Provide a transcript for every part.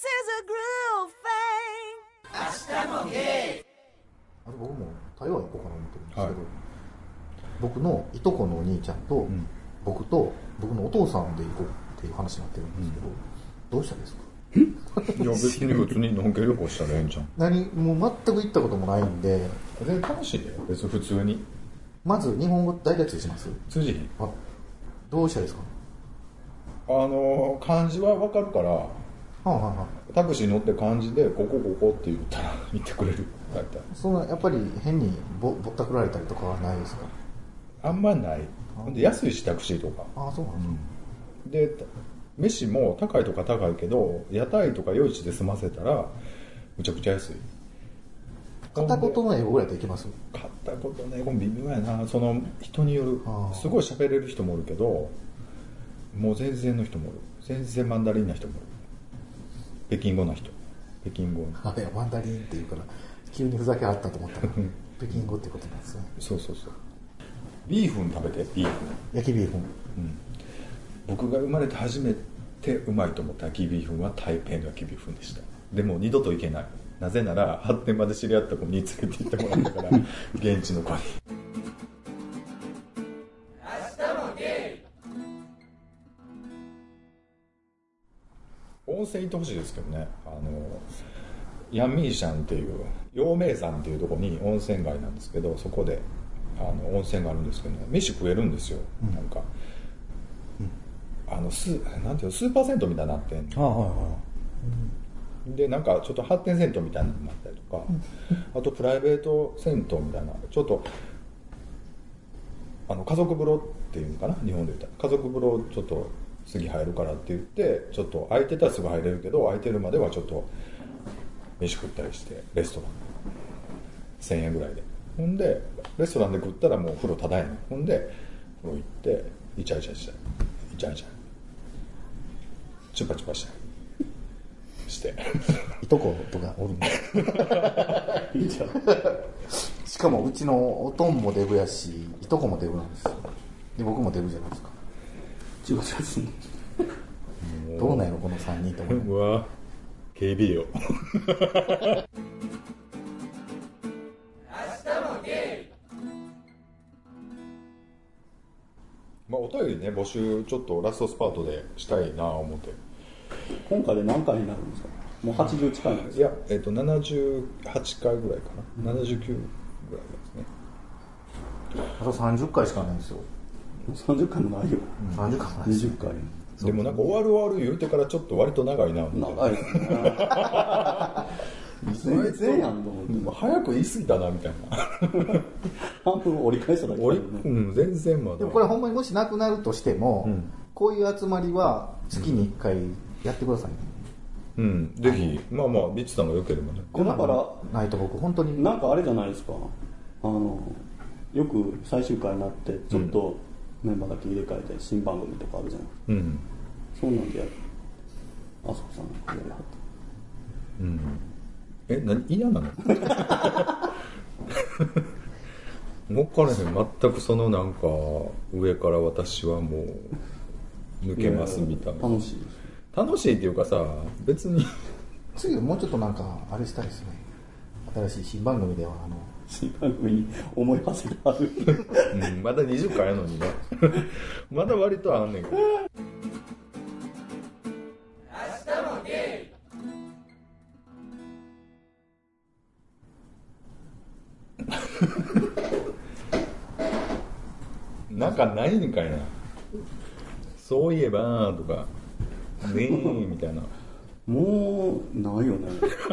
明日もゲイ。僕も台湾行こうかな思ってるんですけど、はい、僕のいとこのお兄ちゃんと、僕と僕のお父さんで行こうっていう話になってるんですけど、どうしたんですか？ いや別に普通にのんけ旅行したらええんじゃん。 もう全く行ったこともないんで。 全然楽しいで別に普通に。 まず日本語大体通じます？ 通じひん。 どうしたらいいですか？ 漢字は分かるから、タクシー乗って漢字でここって言ったら見てくれる。大体そのやっぱり変にぼったくられたりとかはないですか？ あんまりない。で安いしタクシーとか。 そうなんですか。で飯も高いとか高いけど屋台とか夜市で済ませたらむちゃくちゃ安い。 片言の英語ぐらいでいけます？ 片言の英語も微妙やな。その人による。すごい喋れる人もおるけどもう全然の人もおる。全然マンダリンな人もおる。北京語な人。北京語。 いやマンダリンっていうから急にふざけあったと思ったら北京語ってことなんですね。 そうビーフン食べて。ビーフン焼きビーフン、 僕が生まれて初めてうまいと思った焼きビーフンは台北の焼きビーフンでした。でも二度と行けない。なぜなら発展まで知り合った子に連れて行ってもらったから現地の子に。明日もゲイ。温泉行ってほしいですけどね。ヤンミーシャンっていう陽明山っていうところに温泉街なんですけど、そこで温泉があるんですけどね、飯食えるんですよ。なんか、なんていうのスーパー銭湯みたいになってんの。でなんかちょっと発展銭湯みたいなのになったりとか、あとプライベート銭湯みたいなちょっと家族風呂っていうのかな、日本で言ったら家族風呂ちょっと次入るからって言ってちょっと空いてたらすぐ入れるけど空いてるまではちょっと飯食ったりしてレストラン1000円ぐらいで、ほんでレストランで食ったらもう風呂ただやねん。ほんで風呂行ってイチャイチャしてイチャイチャチュパチュパしていとことかおるんだいいじゃんしかもうちのおとんもデブやしいとこもデブなんですよ。で僕もデブじゃないですか。 違うすんのどうなんやろこの3人ともうわ KB よお便りね募集ちょっとラストスパートでしたいな思って。 今回で何回になるんですか？もう80近いんですか？ いや、78回ぐらいかな、79ぐらいですね。 あと30回しかないんですよ。 30回もないよ、 30回もない 20回。 でもなんか終わる言うてからちょっと割と長いな長いですね全然やんと思って、 早く言い過ぎたなみたいな半分折り返しただけだよね。 全然まだ。 でもこれほんまにもしなくなるとしても、こういう集まりは月に1回やってくださいね。 ぜひ。まあまあリッチさんが良ければね。 だからないと僕本当になんかあれじゃないですか、よく最終回になってちょっとメンバーだけ入れ替えて新番組とかあるじゃない、そうなんでやる。あそこさんがやりはった。 嫌なの分からへん。全くそのなんか上から私はもう抜けますみたいな。 楽しいです。 楽しいっていうかさ、別に次もうちょっとなんかあれしたいですね。新しい新番組では新番組に思い馳せがあるまだ20回やのにねまだ割とあんねんけど。明日もゲイなんかないんかいな。そういえばとかねえみたいな。 もうないよね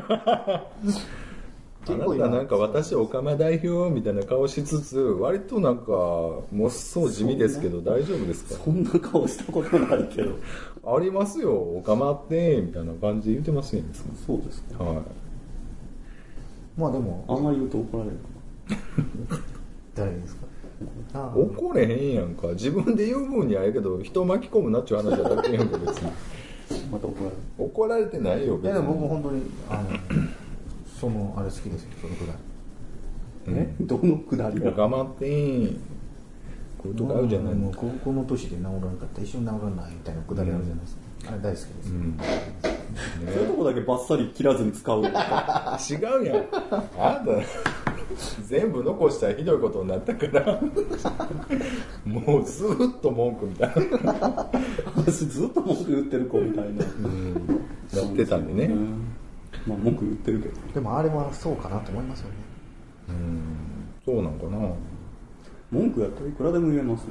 あなたなんか私オカマ代表みたいな顔しつつ割となんかもっそう地味ですけど大丈夫ですか？ そんな顔したことないけどありますよオカマってみたいな感じで言ってますね。 そうですか。 はい。 まあでもあんまり言うと怒られるかな誰ですか？ 怒れへんやんか。自分で言う分にはええけど人巻き込むなっちゅう話だけやんか別にまた怒られる。 怒られてないよ別に。 いやでも僕本当にそのあれ好きですよ、そのくらい。 どのくだりが頑張ってこういうとこあるじゃないの。 高校の年で治らなかったら一緒に治らないみたいなくだりあるじゃないですか。 あれ大好きです、 そういうとこだけバッサリ切らずに使う違うやんあんた全部残したらひどいことになったからもうずっと文句みたいな私ずっと文句言ってる子みたいな、 なってたんでね、 まあ文句言ってるけどでもあれはそうかなと思いますよね。 そうなんかな。 文句やったらいくらでも言えますね。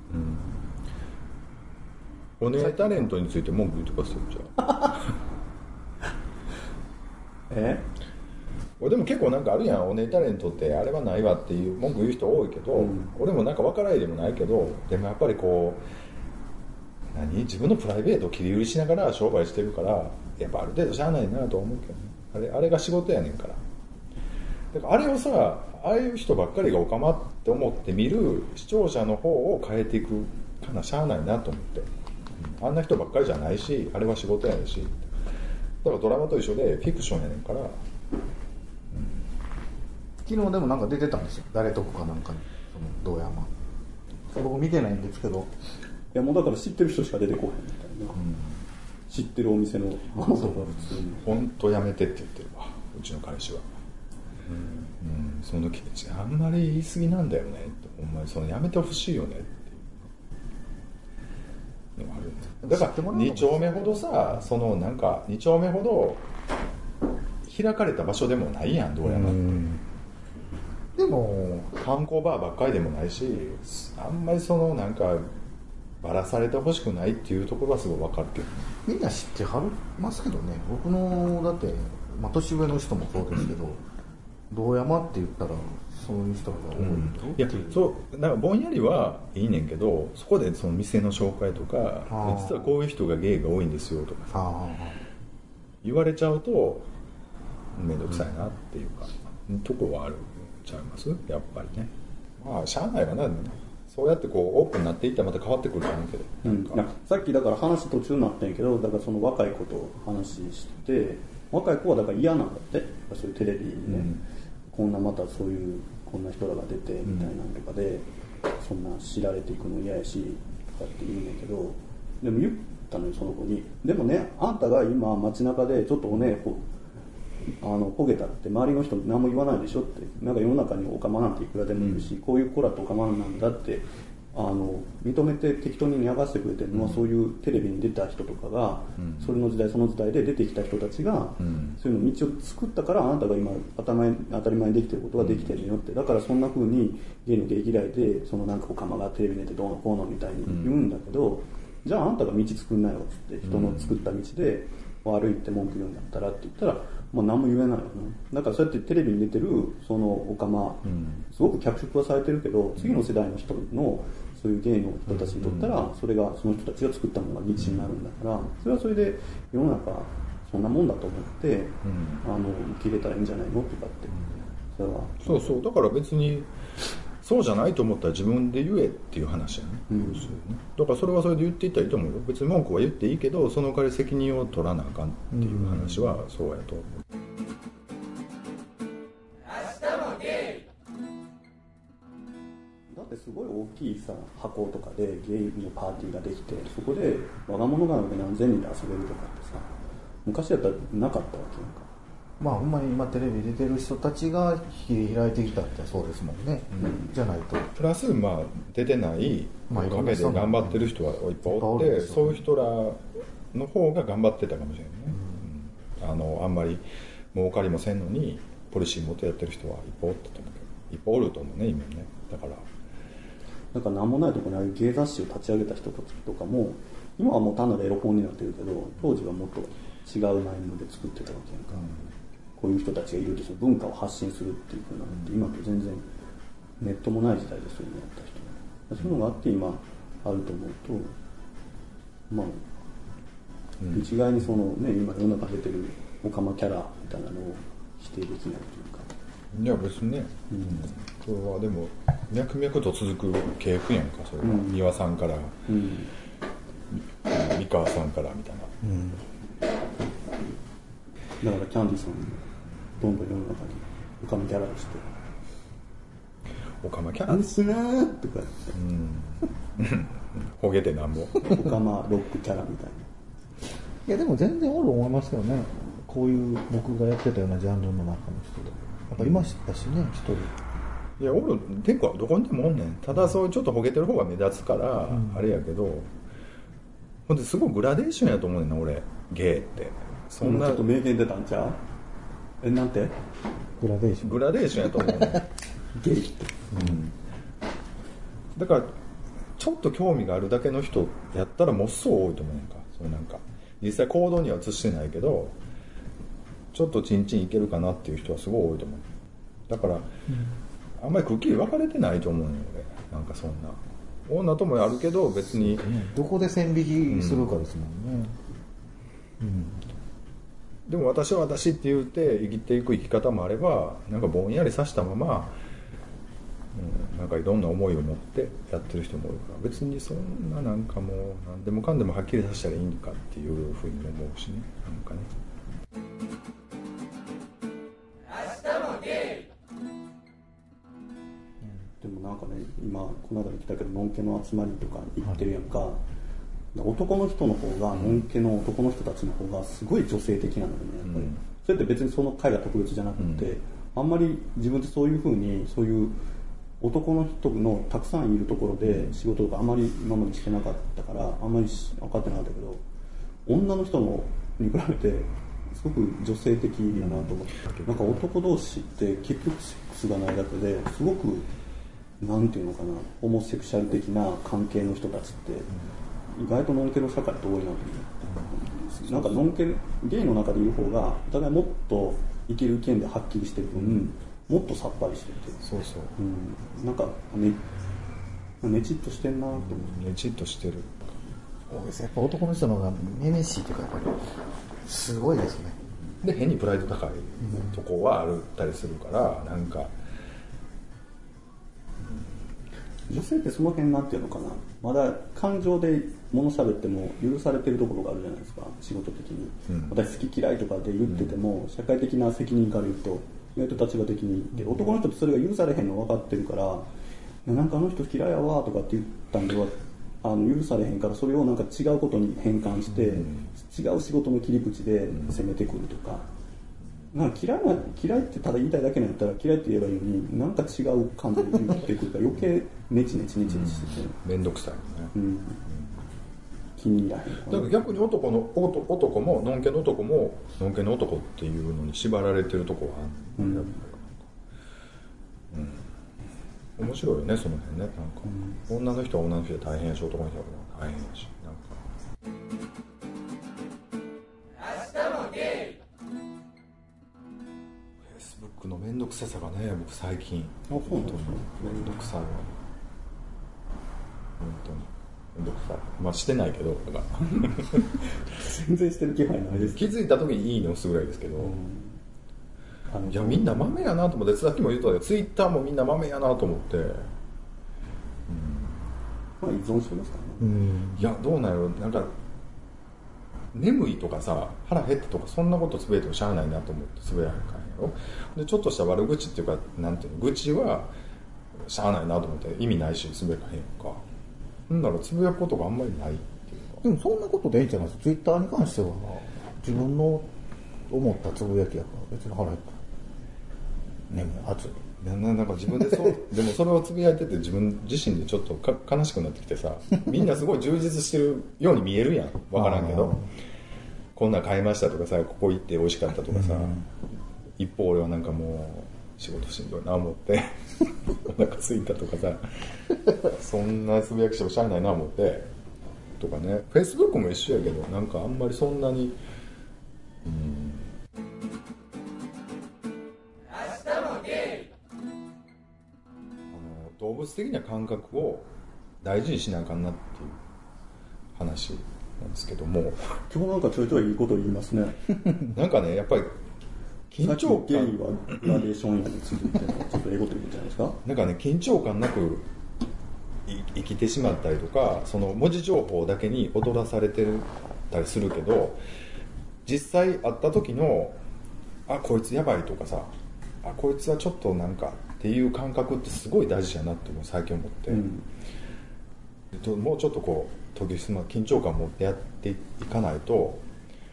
お姉タレントについて文句言ってくださいじゃあでも結構なんかあるやん、お姉タレントってあれはないわっていう文句言う人多いけど、俺もなんか分からないでもないけど、でもやっぱりこう自分のプライベートを切り売りしながら商売してるから、やっぱある程度しゃあないなと思うけどね。あれが仕事やねんから。だからあれをさ、ああいう人ばっかりがおかまって思って見る視聴者の方を変えていくかな、しゃあないなと思って、あんな人ばっかりじゃないし、あれは仕事やねんし、だからドラマと一緒でフィクションやねんから。 昨日でもなんか出てたんですよ、誰とかなんかに、その堂山。僕見てないんですけど、 いやもうだから知ってる人しか出てこへんみたいな、知ってるお店のあのとか普通に本当やめてって言ってるわ、うちの彼氏は。その気持ちあんまり言い過ぎなんだよねって、お前そのやめてほしいよねっていうのがあるんです。だから2丁目ほどさ、そのなんか2丁目ほど開かれた場所でもないやん、どうやら。 でも観光バーばっかりでもないし、あんまりそのなんかバラされてほしくないっていうところはすごい分かるけど、 みんな知ってはりますけどね。僕のだって、まあ、年上の人もそうですけど、堂山って言ったらそういう人が多いと、 いやそうなんかぼんやりはいいねんけど、そこでその店の紹介とか、実はこういう人がゲイが多いんですよとか言われちゃうと面倒くさいなっていうか、とこはあるちゃいますやっぱりね。まあしゃあないわな、そうやってこうオープンになっていったらまた変わってくると思うけど、 なんかさっきだから話途中になったんやけど、だからその若い子と話してて、若い子はだから嫌なんだって、そういうテレビにね、こんなまたそういうこんな人らが出てみたいなのとかで、そんな知られていくの嫌やしとかって言うんだけど、でも言ったのよその子に。でもね、あんたが今街中でちょっとほげたって周りの人何も言わないでしょって、なんか世の中にオカマなんていくらでもいるし、こういう子らとオカマなんだって認めて適当に流してくれてるのは、そういうテレビに出た人とかが、それの時代その時代で出てきた人たちが、そういうの道を作ったから、あなたが今当たり前にできてることができてるよって。だからそんな風にゲイのゲイ嫌いで、そのなんかオカマがテレビに出てどうのこうのみたいに言うんだけど、じゃああんたが道作んなよって、人の作った道で悪いって文句言うんだったらって言ったら、まあ、何も言えないよね。だからそうやってテレビに出てるそのオカマ、すごく脚色はされてるけど、次の世代の人のそういうゲイの人たちにとったら、それがその人たちが作ったものが道になるんだから、それはそれで世の中そんなもんだと思って、受け入れたらいいんじゃないのとかって、それはそうだから別にそうじゃないと思ったら自分で言えっていう話やね、だからそれはそれで言っていったらいいと思うよ。別に文句は言っていいけど、その代わり責任を取らなあかんっていう話はそうやと思う。 だってすごい大きいさ箱とかでゲイのパーティーができて、そこで若者が何千人で遊べるとかってさ、昔やったらなかったわけやんか。 まあほんまに今テレビ出てる人たちが切り開いてきたってそうですもんね、じゃないと。 プラスまあ出てないカフェで頑張ってる人はいっぱいおって、そういう人らの方が頑張ってたかもしれないね、あんまり儲かりもせんのにポリシー持ってやってる人はいっぱいおったと思うけど、いっぱいおると思うね今ね。だからなんか何もないところにああいう芸雑誌を立ち上げた人とかも、今はもう単なるエロ本になってるけど、当時はもっと違う内容で作ってたわけやんか、こういう人たちがいるでしょ、文化を発信するっていうふうなのって、今と全然ネットもない時代でそういうのやった人、そういうのがあって今あると思うと、まあ、一概にそのね、今世の中出てるオカマキャラみたいなのを否定できないというか。 いや別にね、それはでも脈々と続く系譜やんか、それは、三輪さんから、三川さんからみたいな、 だからキャンディーさんどんどん世の中にオカマキャラとしてオカマキャラアンスナーとかほげてなんぼオカマロックキャラみたいないやでも全然おる思いますよね。こういう僕がやってたようなジャンルの中の人でやっぱいましたしね、一人。 いやおるていうかどこにでもおんねん。ただそういうちょっとボケてる方が目立つから、あれやけど、ほんですごいグラデーションやと思うねんな俺、ゲイって。そんなちょっと名言出たんちゃう？なんて？ グラデーション。 グラデーションやと思うねんゲイって。 だからちょっと興味があるだけの人やったらもっそう多いと思うねんか。それなんか実際行動には移してないけどちょっとチンチンいけるかなっていう人はすごい多いと思う。だから、あんまりくっきり分かれてないと思うねん俺。なんかそんな女ともあるけど別に、 どこで線引きするかですもんね。 でも私は私って言って生きていく生き方もあれば、なんかぼんやりさしたまま、なんかいろんな思いを持ってやってる人もいるから、別にそんななんかもう何でもかんでもはっきりさせたらいいんかっていうふうに思うしね。なんかね。 でもなんかね、今この間に来たけどのんけの集まりとか行ってるやんか、男の人の方が、のんけの男の人たちの方がすごい女性的なのよね、やっぱり。それって別にその会が特別じゃなくて、あんまり自分でそういう風にそういう男の人のたくさんいるところで仕事とかあまり今までしてなかったからあんまり分かってなかったけど、女の人のに比べてすごく女性的やなと思って、なんか男同士って結局セックスがないだけですごくなんていうのかな、ホモセクシャル的な関係の人たちって意外とノンケの社会って多いなと思って、なんかノンケゲイの中でいる方がお互いもっと生きる意見ではっきりしてる分、もっとさっぱりしてて、 そうそう、 なんかねちっとしてんなと思って、 ねちっとしてる。 やっぱ男の人の方がめめしいというか、やっぱりすごいですね。 で変にプライド高いとこはあるったりするから、なんか女性ってその辺なんていうのかな、まだ感情で物喋っても許されてるところがあるじゃないですか、仕事的に、私好き嫌いとかで言ってても、社会的な責任から言うと意外と立場的に言って、男の人ってそれが許されへんの分かってるから、なんかあの人嫌いやわとかって言ったんでは許されへんから、それをなんか違うことに変換して、違う仕事の切り口で攻めてくるとか、なんか嫌いってただ言いたいだけなんやったら嫌いって言えばいいのに、なんか違う感じで言ってくるから余計ネチネチしてて面倒くさいよね、 気に入らへん。 だから逆に男ものんけの男ものんけの男っていうのに縛られてるとこはある、面白いよねその辺ね。なんか、女の人は女の人で大変やし、男の人は大変やし、なんかFacebook の面倒くささがね、僕最近本当に面倒くさいわ、本当に面倒くさい。まあしてないけど、だから全然してる気配ないです。 気づいた時にいいね押すぐらいですけど、いやみんな豆やなと思って、さっきも言ったけどツイッターもみんな豆やなと思って、 まあ依存症ですからね。 いやどうなんやろ、なんか眠いとかさ、腹減ってとかそんなことつぶやいてもしゃあないなと思ってつぶやかんやろ。でちょっとした悪口っていうか、なんていうの、愚痴はしゃあないなと思って意味ないしつぶやかへんやんか。なんだろう、つぶやくことがあんまりないっていうか。 でもそんなことでいいんじゃないですか。ツイッターに関しては自分の思ったつぶやきやから別に腹減った眠い暑いなんか自分でそうでもそれをつぶやいてて自分自身でちょっと悲しくなってきてさ、みんなすごい充実してるように見えるやん、分からんけどこんなん買いましたとかさ、ここ行って美味しかったとかさ、一方俺はなんかもう仕事しんどいな思ってお腹空いたとかさそんなつぶやきしてもしゃあないな思ってとかね。 Facebook も一緒やけど、なんかあんまりそんなに動物的な感覚を大事にしなあかんなっていう話なんですけども、 今日なんかちょいちょいいいこと言いますね。 なんかね、やっぱり緊張ゲイ感、 はグラデーションやについてちょっと英語と言うんじゃないですか。 なんかね、緊張感なく生きてしまったりとか、その文字情報だけに踊らされてたりするけど、実際会った時のあこいつやばいとかさ、あこいつはちょっとなんかっていう感覚ってすごい大事だなって最近思って、もうちょっとこう研ぎ澄ま緊張感を持ってやっていかないと、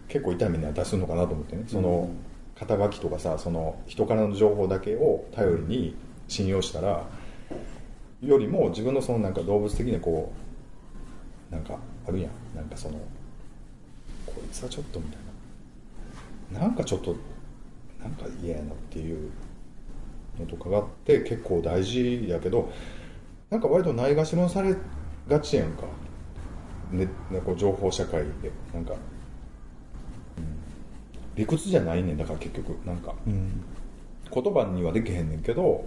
結構痛い目には出すのかなと思ってね、その肩書きとかさ、その人からの情報だけを頼りに信用したらよりも、自分のそのなんか動物的なこうなんかあるやん、なんかそのこいつはちょっとみたいな、なんかちょっとなんか嫌やなっていうのとかがあって、結構大事やけど、なんか割とないがしろにされがちやんか、ね、こう情報社会でなんか、理屈じゃないねんだから結局なんか、言葉にはできへんねんけど、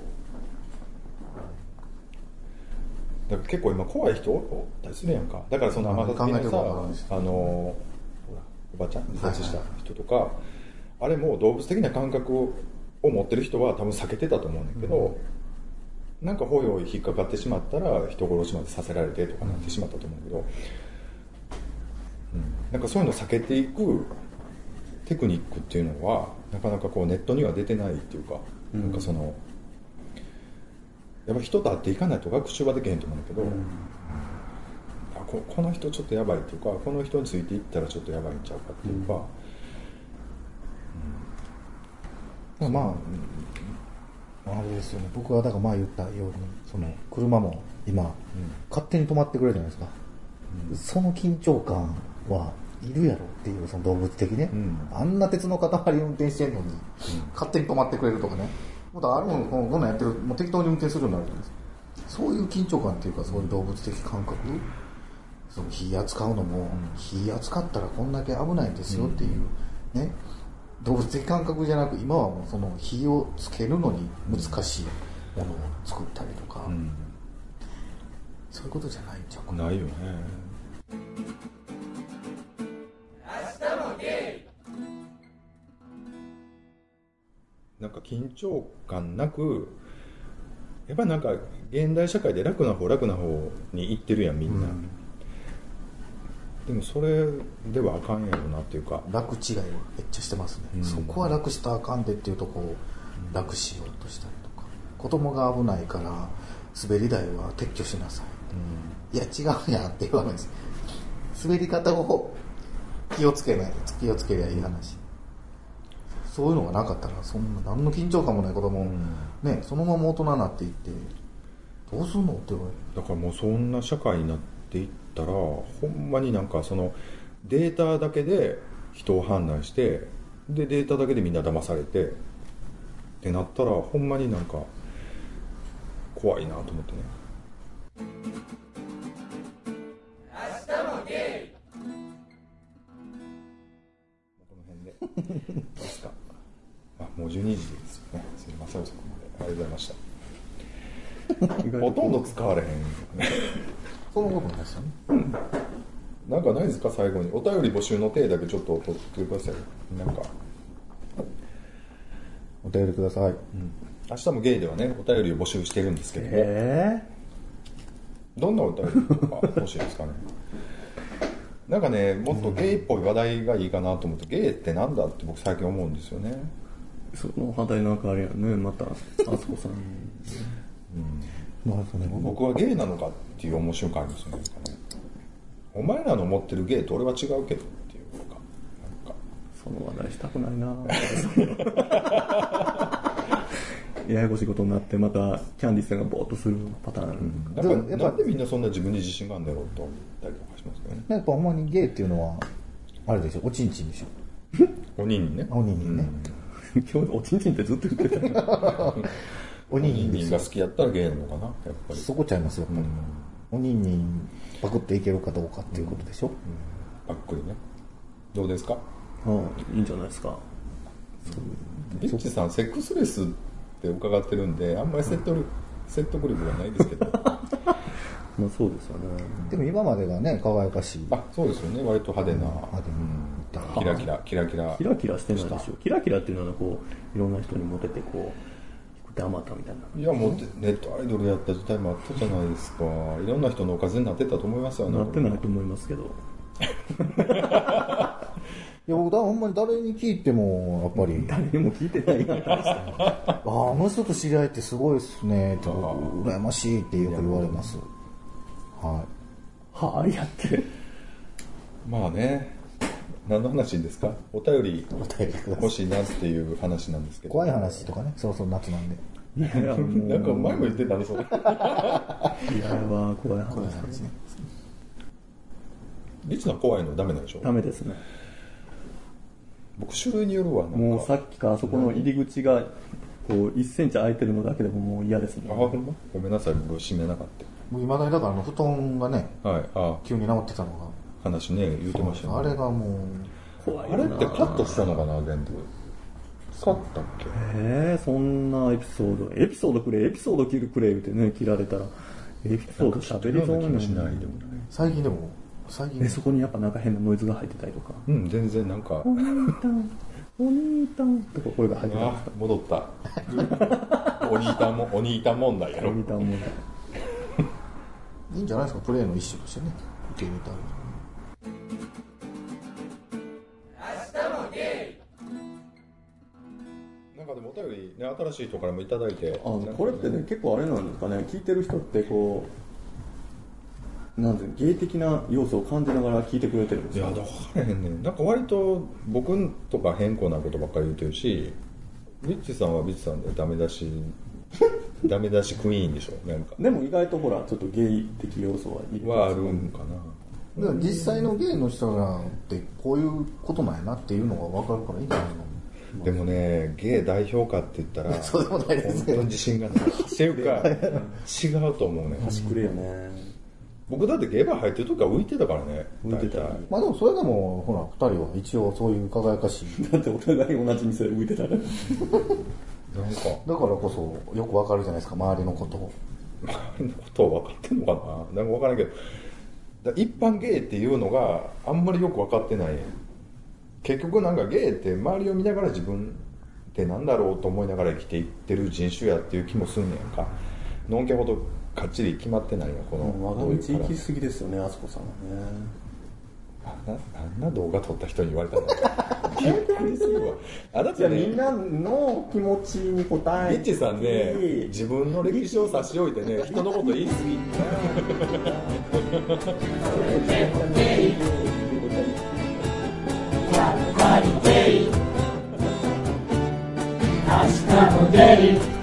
だから結構今怖い人おったりするやんか。だからその甘崎のさ、おばちゃん自殺した人とか、あれも動物的な感覚を持ってる人は多分避けてたと思うんだけど、なんかほいほい引っかかってしまったら人殺しまでさせられてとかなってしまったと思うけど、なんかそういうのを避けていくテクニックっていうのはなかなかこうネットには出てないっていうか、なんかそのやっぱ人と会っていかないと学習はできへんと思うんだけど、この人ちょっとやばいっていうか、この人についていったらちょっとやばいんちゃうかっていうか、 まああれですよね、僕はだから言ったように、その車も今、勝手に止まってくれるじゃないですか、その緊張感はいるやろっていう、その動物的ね、あんな鉄の塊運転してるのに、勝手に止まってくれるとかね、またあれもこんなんやってる、もう適当に運転するようになるじゃないですか。そういう緊張感っていうか、そういう動物的感覚、その火扱うのも、火扱ったらこんだけ危ないんですよっていうね、動物的感覚じゃなく、今はもうその火をつけるのに難しいものを作ったりとか、そういうことじゃないんちゃうかな。 ないよね。なんか緊張感なく、やっぱりなんか現代社会で楽な方に行ってるやんみんな、でもそれではあかんやろなっていうか、 楽違いはめっちゃしてますね、そこは楽したらあかんでっていうとこを楽しようとしたりとか、子供が危ないから滑り台は撤去しなさい、いや違うやんって言わないです。滑り方を気をつけりゃいい話、そういうのがなかったら、そんな何の緊張感もない子供、ね、そのまま大人になっていってどうすんのって言われる。 だからもうそんな社会になっていったら、ほんまになんかそのデータだけで人を判断して、でデータだけでみんな騙されてってなったら、ほんまになんか怖いなと思ってね。この辺でどうですか。もう12時ですよね。すみません、遅くまでありがとうございました。ほとんど使われへん、ね、 そのことないですよね。 なんかないですか、最後にお便り募集の手だけちょっと取ってください。なんかお便りください、 明日もゲイではね、お便りを募集してるんですけども、どんなお便りとか欲しいですかね。なんかね、もっとゲイっぽい話題がいいかなと思って、ゲイってなんだって僕最近思うんですよね。 その話題なんかあれやね、またあそこさん僕はゲイなのかっていう思う瞬間ありますよね。お前らの思ってるゲイと俺は違うけどっていうか、なんかその話題したくないなややこしいことになってまたキャンディーさんがボーっとするパターン、 なんでみんなそんな自分に自信があるんだろうと思ったりとかしますよね。 やっぱほんまにゲイっていうのはあれでしょ、おちんちんでしょ。 おにんにね、 おにんにね、 今日おちんちんってずっと言ってたよおにんにが好きやったらゲイなのかな、やっぱりそこちゃいますよ、やっぱり、おにんにパクっていけるかどうかっていうことでしょ、 ばっくりね。どうですか。 いいんじゃないですか。 ビッチさんセックスレスって伺ってるんで、あんまり説得力がないですけどまあそうですよね。 でも今までがね、輝かしい、 そうですよね、割と派手な、キラキラキラキラしてないでしょ。キラキラっていうのはこういろんな人にモテてこう引く手あまたみたいな。 いやもうネットアイドルやった時代もあったじゃないですか。いろんな人のおかずになってたと思いますよね。 なってないと思いますけどいや僕ほんまに誰に聞いてもやっぱり誰にも聞いてないなあの人と知り合いってすごいっすねって羨ましいってよく言われます。 はいやってまあね、 何の話ですか？お便りお便りください。 欲しいなっていう話なんですけど。 怖い話とかね、そろそろ夏なんで。 なんか前も言ってたのそれ。 いやば怖い話。 怖い話ね。 リツさん怖いのダメなんでしょ？ ダメですね。 僕種類によるわ。なんかもうさっきからあそこの入り口がこう1センチ空いてるのだけでももう嫌ですね。 あ、ほんま？ごめんなさい、僕閉めなかっもう未だにだから布団がね、 た。はい、あ、 急に治ってたのが。 話ね、言うてましたね。 あれがもう、 怖いあれってカットしたのかな、全部。カッったっけ？ そんなエピソードくれ、エピソード切るくれ言うてね、切られたら、エピソード喋りそうなの気もしないに。 でもない。 最近そこにやっぱなんか変なノイズが入ってたりとか。 うん、全然なんか。 お兄たん、お兄たんとか声が入ってたんですか？ 戻った。お兄たん問題やろ。 お兄たんも。 いいんじゃないですか、プレーの一種としてね、受け入れてある。なんかでもお便りね、新しい人からもいただいて。 これってね、結構あれなんですかね、聞いてる人ってこう、なんていうの、芸的な要素を感じながら聞いてくれてるんですか？ いや、分からへんねん。なんか割と僕とか変更なことばっかり言ってるし、ビッチさんはビッチさんでダメ出しクイーンでしょ、なんか。 でも意外とほら、ちょっとゲイ的要素はいる。 はあるんかな。 だから実際のゲイの人らってこういうことなんやなっていうのが分かるからいいんじゃないの？ でもね、ゲイ代表かって言ったら、 そうでもないです本当に自信がない。っていうか、違うと思うね。 端くれよね。 僕だってゲイバー入ってる時は浮いてたからね。 浮いてた大体まあでもそれでもほら2人は一応そういう輝かしいだってお互い同じ店で浮いてたら。 なんかだからこそよく分かるじゃないですか、周りのことを。 周りのことは分かってんのかな、なんか分からんけど、一般ゲイっていうのがあんまりよく分かってない。結局なんかゲイって周りを見ながら自分ってなんだろうと思いながら生きていってる人種やっていう気もすんねんか。のんけほどかっちり決まってないよ、この我が道行き過ぎですよね、あそこさんはね。 あんな動画撮った人に言われたのびっくりするわ。あなたね、 みんなの気持ちに応えて。 リッチさんね、自分の歴史を差し置いてね、人のこと言い過ぎ。 明日もゲイ